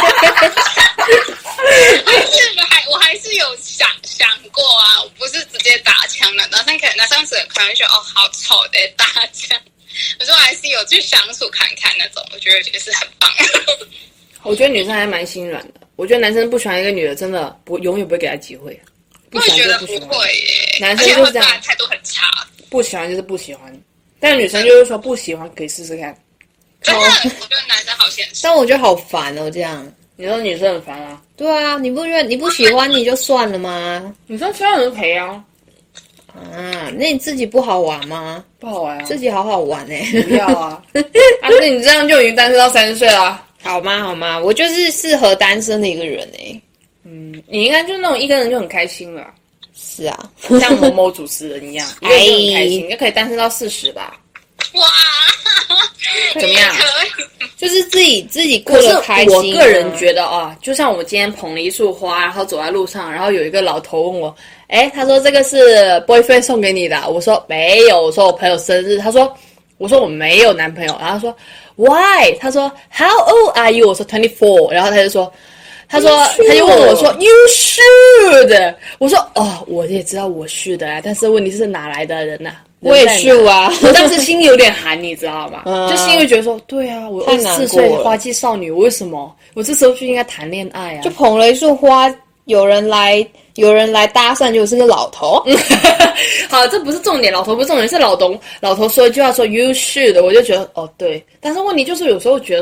还是还我还是有想想过啊，我不是直接打枪的，男生可能男生可能觉得哦好丑的打枪，可是我还是有去相处看看那种，我觉得就是很棒。 我觉得女生还蛮心软的，我觉得男生不喜欢一个女的，真的不永远不会给她机会。 我也觉得不会耶， 男生就是这样， 态度很差。 不喜欢就是不喜欢，但女生就是说不喜欢可以试试看。 真的，我觉得男生好现实。 但我觉得好烦哦，这样。 你说女生很烦啊？ 对啊，你不觉得你不喜欢你就算了吗？ 女生需要人陪啊。 啊，那你自己不好玩吗？ 不好玩啊， 自己好好玩哎、欸。 不要啊！啊，那你这样就已经单身到三十岁了。 好吗？好吗？我就是适合单身的一个人哎、欸。 嗯，你应该就是那种一个人就很开心了。 是啊， 像某某主持人一样，一个人就很开心，应该可以单身到四十吧？ 哇， 怎么样？ 就是自己自己过得开心、啊。 我个人觉得啊，就像我们今天捧了一束花，然后走在路上，然后有一个老头问我，哎，他说这个是 boyfriend 送给你的，我说没有，我说我朋友生日，他说，我说我没有男朋友，然后他说 why？ 他说 how old are you？ 我说 twenty four， 然后他就说。他说，他就问我说 ，You should。我说，哦，我也知道我 should 啊，但是问题是哪来的人呐、啊？ 我也 should 啊， 我当时心里有点寒，你知道吗？ 嗯、 就心里觉得说，对啊，我二十四岁花季少女，我为什么我这时候就应该谈恋爱啊？ 就捧了一束花，有人来，有人来搭讪，就是个老头。 好，这不是重点，老头不是重点，是老头老头说一句话说 You should， 我就觉得哦对，但是问题就是有时候觉得说。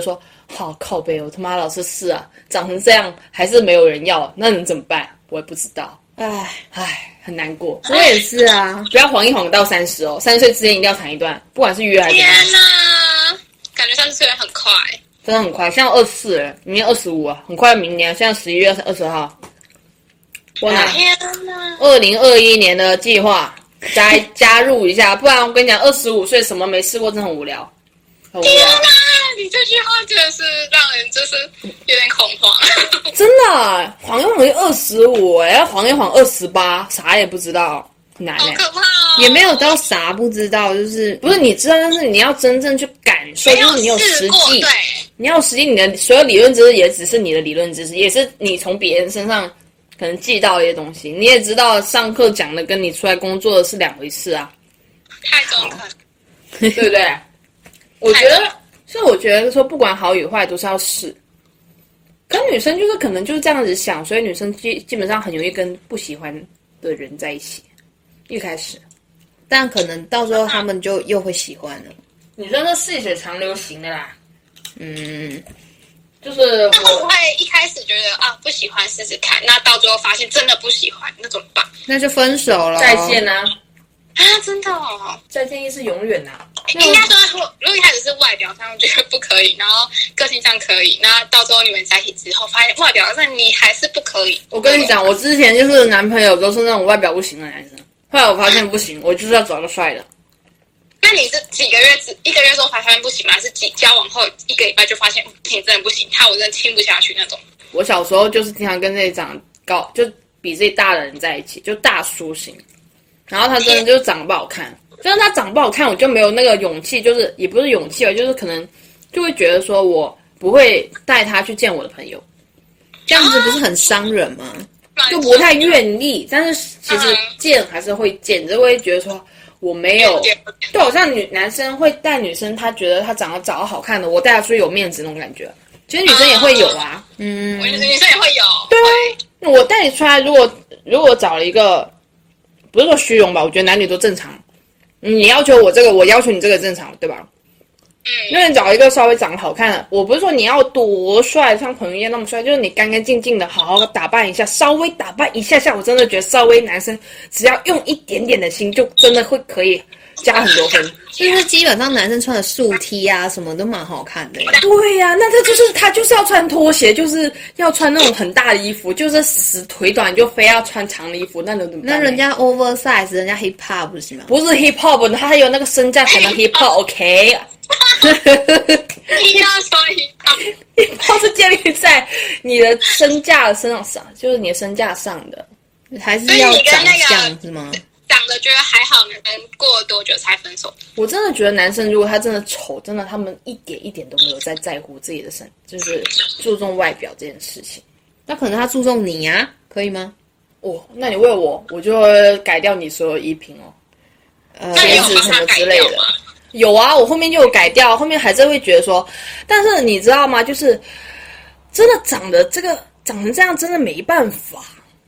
好靠背哦，他妈老师是啊，长成这样还是没有人要，那能怎么办？我也不知道， 唉， 唉，很难过。 我也是啊， 不要晃一晃到三十哦，三十岁之前一定要谈一段，不管是约还是天怎么样， 哪，感觉三十岁很快。 真的很快。现在二十四了，明年二十五啊，很快明年。现在十一月二十号，我拿天哪， 二零二一年的计划加加入一下，不然我跟你讲，二十五岁什么没试过，真的很无聊，很无聊。 天哪，你这句话真的是让人就是有点恐慌。 真的、啊，晃一晃就二十五，哎，要晃一晃二十八，啥也不知道，很难哎、 好可怕哦！ 也没有到啥不知道，就是不是你知道，但是你要真正去感受， 没就是你有实试过， 际， 对， 你要实际，你的所有理论知识也只是你的理论知识，也是你从别人身上可能记到一些东西，你也知道上课讲的跟你出来工作的是两回事啊， 太中肯。 对不对？我觉得，所以我觉得说不管好与坏都是要试。可女生就是可能就是这样子想，所以女生基基本上很容易跟不喜欢的人在一起。一开始， 但可能到时候他们就又会喜欢了。 女生是细水长流型的啦， 嗯， 就是我那会不会一开始觉得啊不喜欢试试看，那到最后发现真的不喜欢，那怎么办？ 那就分手了。 再见啊， 啊，真的哦。 再见亦是永远呐、 应该说，如果如果一开始是外表上觉得不可以，然后个性上可以，那到最后你们在一起之后，发现外表上你还是不可以。 我跟你讲，我之前就是男朋友都是那种外表不行的男生，后来我发现不行，我就是要找个帅的。 那你是几个月只一个月之后才发现不行吗？还是几交往后一个礼拜就发现不行，真的不行，他我真的听不下去那种？ 我小时候就是经常跟这长高，就比自己大的人在一起，就大叔型，然后他真的就长得不好看，就是他长得不好看，我就没有那个勇气，就是也不是勇气吧，就是可能就会觉得说我不会带他去见我的朋友， 这样子不是很伤人吗？ 就不太愿意，但是其实见还是会见，只是会觉得说我没有，就好像女男生会带女生，他觉得他长得长得好看的，我带她出去有面子那种感觉。其实女生也会有啊， 嗯， 我女生也会有。 对啊，我带你出来，如果如果找了一个，不是说虚荣吧，我觉得男女都正常。你要求我这个，我要求你这个正常，对吧？ 嗯， 那你找一个稍微长得好看的，我不是说你要多帅，像彭于晏那么帅，就是你干干净净的，好好的打扮一下，稍微打扮一下下，我真的觉得稍微男生只要用一点点的心，就真的会可以加很多分。 就是基本上男生穿的素 T 啊，什么都蛮好看的。 对呀、啊，那他就是他就是要穿拖鞋，就是要穿那种很大的衣服，就是死腿短就非要穿长的衣服，那能怎么办呢？ 那人家 oversize， 人家 hip hop 不是吗？ 不是 hip hop， 他还有那个身价才能 hip hop，OK？、 你要说一套， hip hop 是建立在你的身价身上上，就是你的身价上的。 还是要长相是吗？ 长得觉得还好，男生过了多久才分手？ 我真的觉得男生如果他真的丑，真的他们一点一点都没有在在乎自己的身，就是注重外表这件事情。 那可能他注重你啊，可以吗？ 哦，那你为我，我就会改掉你所有衣品哦， 呃， 那你有鞋子什么把它改之类的掉吗？。 有啊，我后面就有改掉，后面还是会觉得说，但是你知道吗？就是真的长得这个长成这样，真的没办法。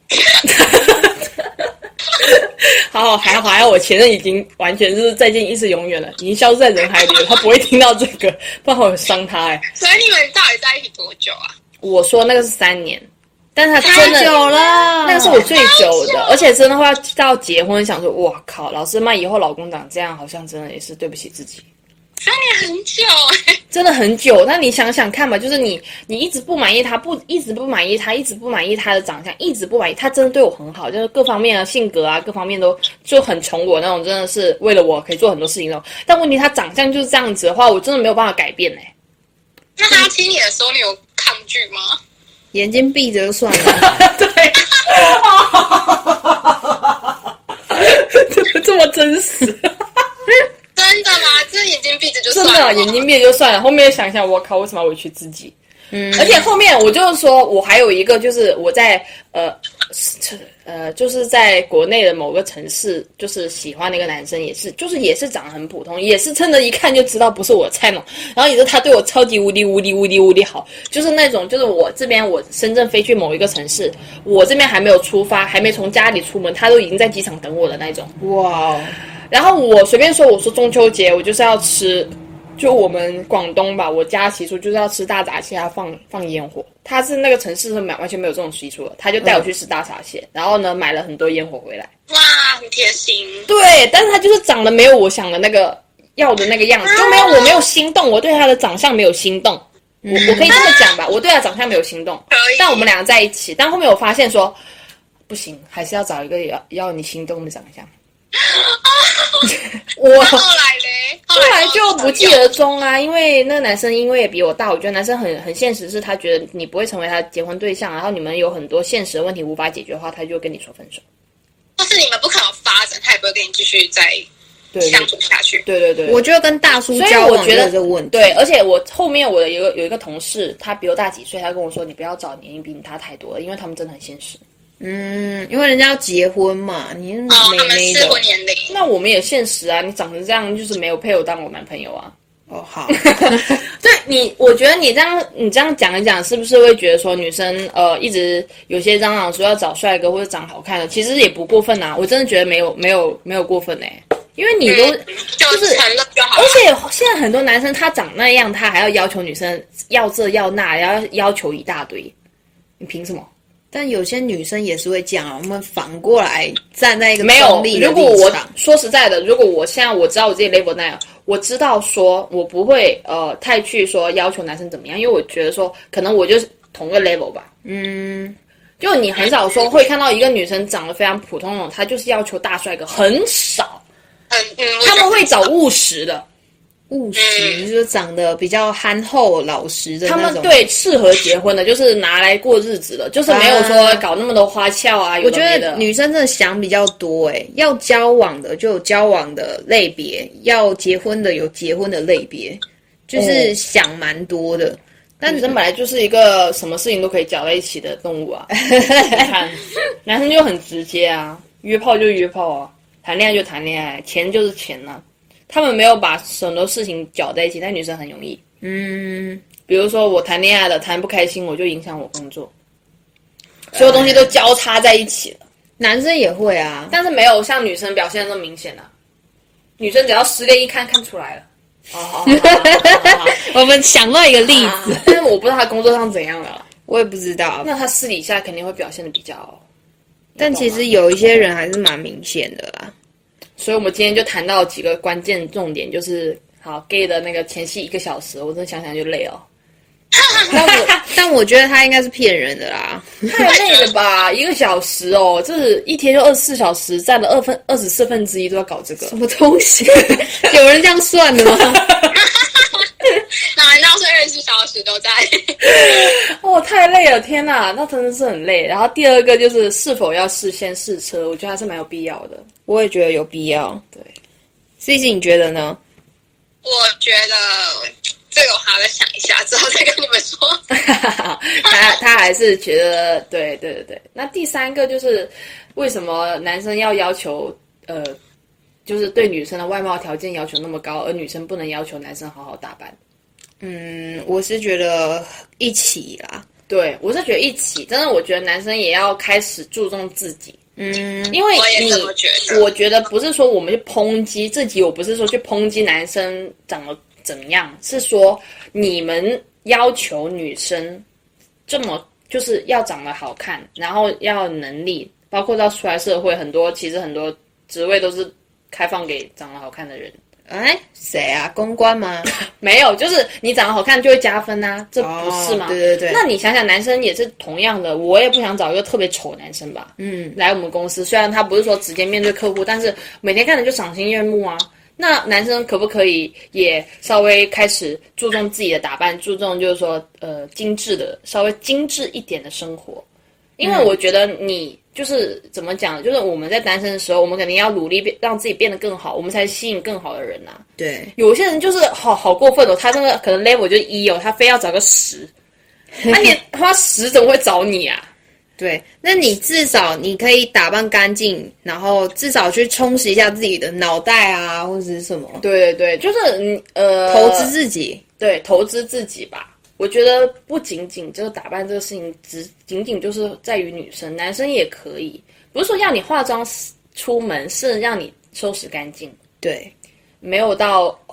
好好还好还好，我前任已经完全是再见亦是永远了，已经消失在人海里了，他不会听到这个，不然我伤他哎、 所以你们到底在一起多久啊？ 我说那个是三年，但是他真的太久了， 那个是我最久的，而且真的会到结婚，想说哇靠，老师妈以后老公长这样，好像真的也是对不起自己。 三年很久哎、 真的很久，那你想想看吧，就是你，你一直不满意他，不一直不满意他，一直不满意他的长相，一直不满意他，真的对我很好，就是各方面的性格啊，各方面都就很宠我那种，真的是为了我可以做很多事情那种。但问题他长相就是这样子的话，我真的没有办法改变哎、 那他亲你的时候，你有抗拒吗？ 眼睛闭着就算了。 对，怎么这么真实？ 真的吗？这眼睛闭着就真算了吗， 的眼睛闭就算了，后面想想，我靠，为什么要委屈自己？ 嗯， 而且后面我就是说，我还有一个就是我在呃呃，就是在国内的某个城市，就是喜欢的一个男生，也是就是也是长得很普通，也是真的一看就知道不是我的菜嘛。然后也是他对我超级无敌无敌无敌无敌好，就是那种就是我这边我深圳飞去某一个城市，我这边还没有出发，还没从家里出门，他都已经在机场等我的那种。 哇哦， 然后我随便说，我说中秋节我就是要吃就我们广东吧，我家习俗就是要吃大闸蟹，要放放烟火。他是那个城市是买完全没有这种习俗的，他就带我去吃大闸蟹，嗯、然后呢买了很多烟火回来。 哇，很贴心。 对，但是他就是长得没有我想的那个要的那个样子，就没有我没有心动，我对他的长相没有心动。我我可以这么讲吧，我对他长相没有心动，但我们两个在一起，但后面我发现说不行，还是要找一个要要你心动的长相。我后来嘞， 后来就不疾而终啊，因为那个男生因为也比我大，我觉得男生很很现实，是他觉得你不会成为他的结婚对象，然后你们有很多现实的问题无法解决的话，他就跟你说分手。 或是你们不可能发展，他也不会跟你继续再相处下去。 对对对， 我觉得跟大叔交往有这个问题。 对，而且我后面我的有一个有一个同事，他比我大几岁，他跟我说你不要找年龄比你大太多了，因为他们真的很现实。 嗯，因为人家要结婚嘛，你是妹妹的。 哦，他们适婚年龄。 那我们也现实啊，你长成这样就是没有配偶当我男朋友啊。 哦，好。 对你，我觉得你这样你这样讲一讲，是不是会觉得说女生呃一直有些嚷嚷说要找帅哥或者长好看的，其实也不过分啊。我真的觉得没有没有没有过分哎、欸，因为你都、嗯、 就是承认就好。 而且现在很多男生他长那样，他还要要求女生要这要那，要要求一大堆，你凭什么？ 但有些女生也是会讲啊，我们反过来站在一个没有。如果我场说实在的，如果我现在我知道我自己 level 那样，我知道说我不会呃太去说要求男生怎么样，因为我觉得说可能我就是同个 level 吧。 嗯， 就你很少说会看到一个女生长得非常普通那种，她就是要求大帅哥，很少。 嗯嗯， 他们会找务实的。 务实就是长得比较憨厚老实的那种， 他们对适合结婚的，就是拿来过日子的，就是没有说搞那么多花俏啊。 我觉得女生真的想比较多哎，要交往的就有交往的类别，要结婚的有结婚的类别，就是想蛮多的。 但女生本来就是一个什么事情都可以搅在一起的动物啊。你看，男生就很直接啊，约炮就约炮啊，谈恋爱就谈恋爱，钱就是钱啊。他们没有把很多事情搅在一起，但女生很容易。 嗯， 比如说我谈恋爱了，谈不开心，我就影响我工作，所有东西都交叉在一起了。 男生也会啊， 但是没有像女生表现的那么明显啊。女生只要失恋一看看出来了。哦， 我们想到一个例子， 但是我不知道他工作上怎样了， 我也不知道。 那他私底下肯定会表现的比较， 但其实有一些人还是蛮明显的啦。 所以我们今天就谈到几个关键重点，就是好 gay 的那个前戏一个小时，我真的想想就累哦。 但我但我觉得他应该是骗人的啦， 太累了吧？一个小时哦，这是一天就二十四小时，占了二分二十四分之一都要搞这个， 什么东西？有人这样算的吗？ 难道是二十四小时都在？ 哦，太累了，天哪，那真的是很累。然后第二个就是是否要事先试车，我觉得还是蛮有必要的。 我也觉得有必要。 对 ，C C 你觉得呢？ 我觉得这个我还要再想一下，之后再跟你们说。 他他还是觉得，对对对对。那第三个就是为什么男生要要求呃，就是对女生的外貌条件要求那么高，而女生不能要求男生好好打扮？ 嗯，我是觉得一起啦。 对，我是觉得一起，真的，我觉得男生也要开始注重自己。 嗯， 因为你， 我, 觉得我觉得不是说我们去抨击自己，我不是说去抨击男生长得怎么样，是说你们要求女生这么就是要长得好看，然后要有能力，包括到出来社会，很多其实很多职位都是开放给长得好看的人。 哎，谁啊？公关吗？ 没有，就是你长得好看就会加分啊，这不是吗？ 哦、对对对。 那你想想，男生也是同样的，我也不想找一个特别丑的男生吧？ 嗯， 来我们公司，虽然他不是说直接面对客户，但是每天看着就赏心悦目啊。那男生可不可以也稍微开始注重自己的打扮，注重就是说呃精致的，稍微精致一点的生活？因为我觉得你就是怎么讲，就是我们在单身的时候，我们肯定要努力变让自己变得更好，我们才吸引更好的人啊。 对， 有些人就是好好过分哦，他真的可能 level 就一哦，他非要找个十，那你花十怎么会找你啊？ 对，那你至少你可以打扮干净，然后至少去充实一下自己的脑袋啊，或者是什么。 对对对，就是呃， 投资自己， 对，投资自己吧。我觉得不仅仅这个打扮这个事情，只仅仅就是在于女生，男生也可以。不是说要你化妆出门，是让你收拾干净。 对， 没有到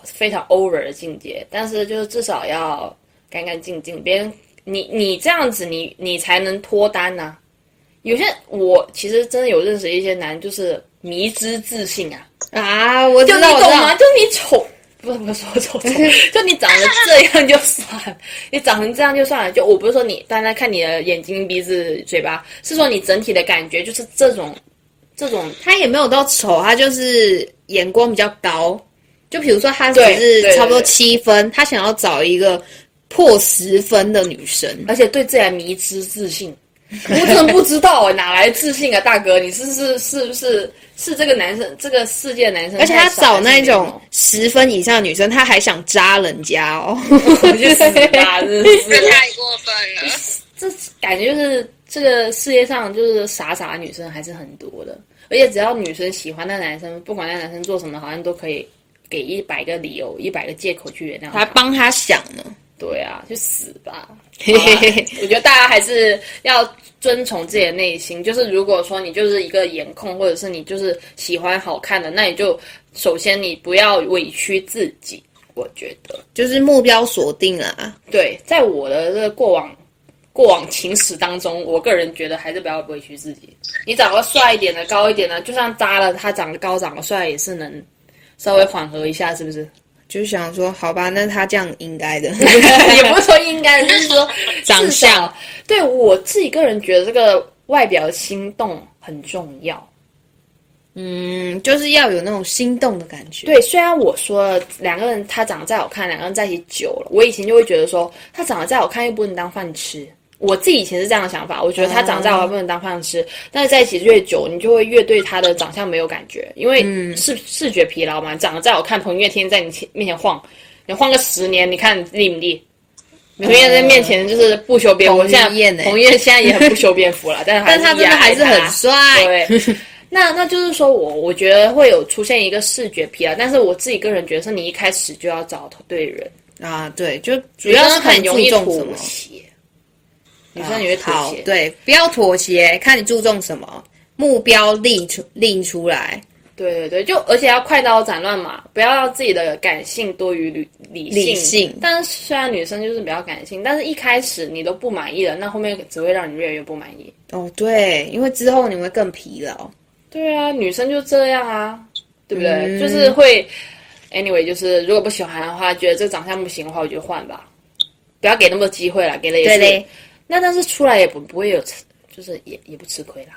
非常 over 的境界，但是就是至少要干干净净，别人你你这样子你你才能脱单啊。有些我其实真的有认识一些男，就是迷之自信啊啊，我知就道，我知道你懂吗？就你丑，不是不是说丑丑，就你长得这样就算了，你长成这样就算了。就我不是说你单单看你的眼睛、鼻子、嘴巴，是说你整体的感觉就是这种这种。 他也没有到丑，他就是眼光比较高。就比如说他只对对对是差不多七分，他想要找一个破十分的女生， 而且对自己还迷之自信。我真的不知道哎，哪来自信啊，大哥？你是是是不是是这个男生，这个世界的男生？ 而且他找那种十分以上的女生，他还想扎人家哦， 去死吧！真的是这太过分了。 这感觉就是这个世界上就是傻傻的女生还是很多的，而且只要女生喜欢那男生，不管那男生做什么，好像都可以给一百个理由、一百个借口去原谅他。 还帮他想呢。 对啊，去死吧！我觉得大家还是要遵从自己的内心。就是如果说你就是一个颜控，或者是你就是喜欢好看的，那你就首先你不要委屈自己。我觉得就是目标锁定啦。 对，在我的这个过往过往情史当中，我个人觉得还是不要委屈自己。你长得帅一点的、高一点的，就算渣了，他长得高、长得帅，也是能稍微缓和一下，是不是？ 就是想说，好吧，那他这样应该的， 也不是说应该，就是说长相。 对我自己个人觉得，这个外表的心动很重要。 嗯，就是要有那种心动的感觉。 对，虽然我说了两个人他长得再好看，两个人在一起久了，我以前就会觉得说他长得再好看又不能当饭吃。我自己以前是这样的想法，我觉得他长得再好看不能当饭吃，嗯、但是在一起越久，你就会越对他的长相没有感觉，因为视、嗯、视觉疲劳嘛。长得再好看，彭于晏天天在你面前晃，你晃个十年，你看厉不厉？彭于晏在面前就是不修边幅， 彭于晏、 欸、彭于晏现在也很不修边幅了，但是还是但他真的还是很帅。 对。那那就是说我我觉得会有出现一个视觉疲劳，但是我自己个人觉得是你一开始就要找对人啊，对，就主要是很注重什么。 女生你会妥协、 啊，对，不要妥协，看你注重什么，目标立出立出来。 对对对，就而且要快刀斩乱麻，不要让自己的感性多于理理性。 理性。 但是虽然女生就是比较感性，但是一开始你都不满意了，那后面只会让你越来越不满意。 哦，对，因为之后你会更疲劳。 对啊，女生就这样啊，对不对？嗯、就是会 ，anyway， 就是如果不喜欢的话，觉得这个长相不行的话，我就换吧，不要给那么多机会了，给了也是。 对嘞。 那但是出来也不不会有吃，就是也也不吃亏啦。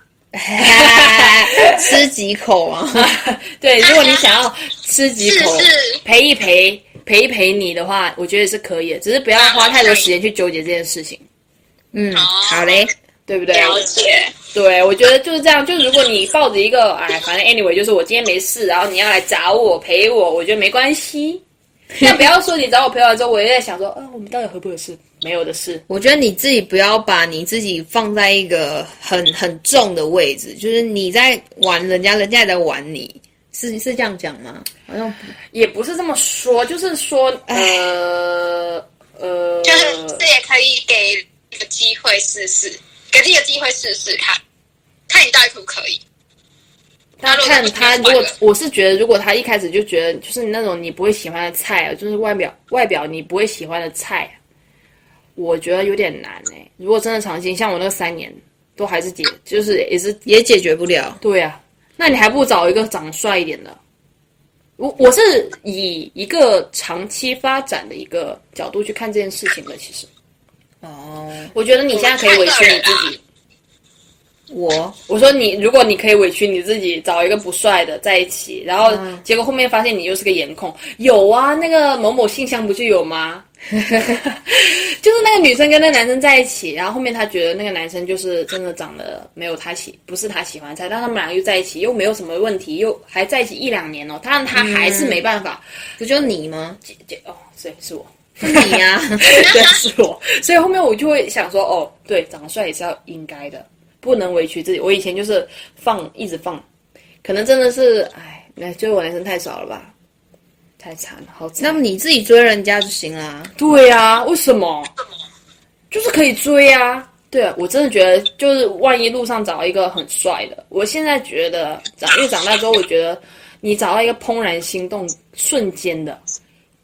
吃几口啊？ 对，如果你想要吃几口，陪一陪陪一陪你的话，我觉得是可以的，只是不要花太多时间去纠结这件事情。 嗯，好嘞， 对不对？ 了解。 对，我觉得就是这样。就如果你抱着一个，哎，反正 anyway， 就是我今天没事，然后你要来找我陪我，我觉得没关系。但不要说你找我陪完之后，我也在想说，啊，我们到底合不合适？没有的事。 我觉得你自己不要把你自己放在一个很很重的位置，就是你在玩人家，人家也在玩你，是是这样讲吗？好像也不是这么说，就是说，呃呃， 就是这也可以给一个机会试试，给自己一个机会试试看，看你到底可不可以。 他看他，如果我是觉得，如果他一开始就觉得就是那种你不会喜欢的菜啊，就是外表外表你不会喜欢的菜，我觉得有点难哎、欸。如果真的长期，像我那个三年都还是解，就是也是也解决不了。 对啊，那你还不如找一个长帅一点的。我我是以一个长期发展的一个角度去看这件事情的。其实， 哦， 我觉得你现在可以委屈你自己。 我我说你，如果你可以委屈你自己，找一个不帅的在一起，然后结果后面发现你又是个颜控，有啊，那个某某信箱不就有吗？就是那个女生跟那个男生在一起，然后后面她觉得那个男生就是真的长得没有她喜，不是她喜欢的菜，但他们两个又在一起，又没有什么问题，又还在一起一两年哦，但他还是没办法， 嗯、不就你吗？ 姐姐哦，对，是我。 你呀、啊， 对，是我。所以后面我就会想说，哦，对，长得帅也是要应该的。不能委屈自己。我以前就是放，一直放，可能真的是，哎，那追我男生太少了吧，太惨了，好惨。 那么你自己追人家就行啦。 对啊，为什么？就是可以追啊。对啊，我真的觉得，就是万一路上找一个很帅的，我现在觉得长越长大之后，我觉得你找到一个怦然心动瞬间的，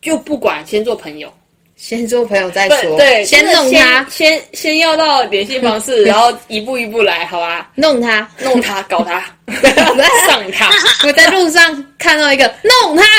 就不管，先做朋友。 先做朋友再说， 对， 先弄他， 先先先要到联系方式，然后一步一步来，好吧？ 弄他， 弄他，搞他，上他。 我在路上看到一个，弄他。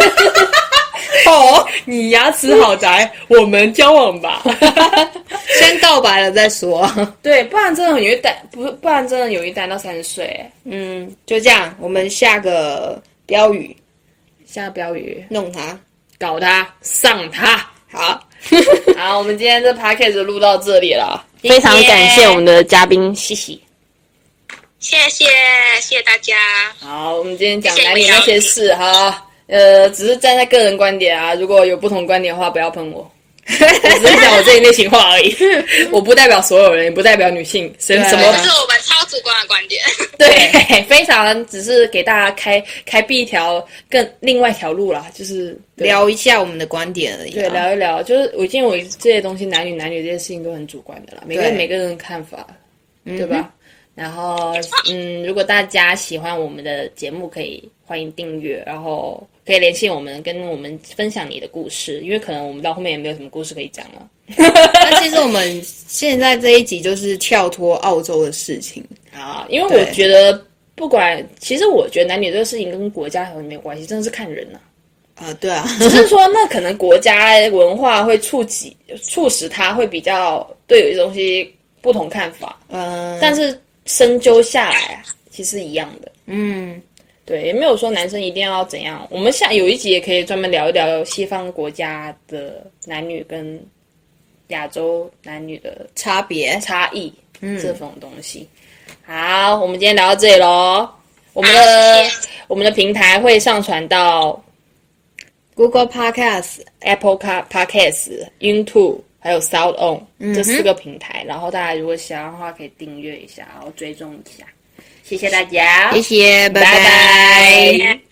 哦，你牙齿好宅，我们交往吧。 先告白了再说。 对，不然真的很容易待，不是，不然真的容易待到三十岁。 嗯，就这样，我们下个标语， 下个标语， 弄他， 搞他，上他。 好， 好，我们今天这 podcast 录到这里了，非常感谢我们的嘉宾西西， 谢谢谢谢大家。 好，我们今天讲男女那些事哈，呃，只是站在个人观点啊，如果有不同观点的话，不要喷我。我只是讲我这一类型话而已，我不代表所有人，也不代表女性，什么什么， 这是我们超主观的观点。 对，非常只是给大家开开辟一条更另外一条路啦，就是聊一下我们的观点而已、啊。 对，聊一聊，就是我因为我这些东西，男女男女这些事情都很主观的啦，每个人每个人的看法，对吧？嗯、然后，嗯，如果大家喜欢我们的节目，可以欢迎订阅，然后。可以联系我们，跟我们分享你的故事，因为可能我们到后面也没有什么故事可以讲了。 那其实我们现在这一集就是跳脱澳洲的事情啊，因为我觉得不管，其实我觉得男女这个事情跟国家很没有关系，真的是看人啊。 啊，对啊， 只是说那可能国家文化会触及促使他会比较对有些东西不同看法， 嗯， 但是深究下来其实一样的， 嗯。 对，也没有说男生一定要怎样。我们下有一集也可以专门聊一聊西方国家的男女跟亚洲男女的差别、 差异， 嗯， 这种东西。好，我们今天聊到这里咯。我们的我们的平台会上传到 Google Podcast、 Apple Podcast、YouTube 还有 Sound On、 嗯、 这四个平台。然后大家如果喜欢的话，可以订阅一下，然后追踪一下。谢谢大家， 谢谢，拜拜拜。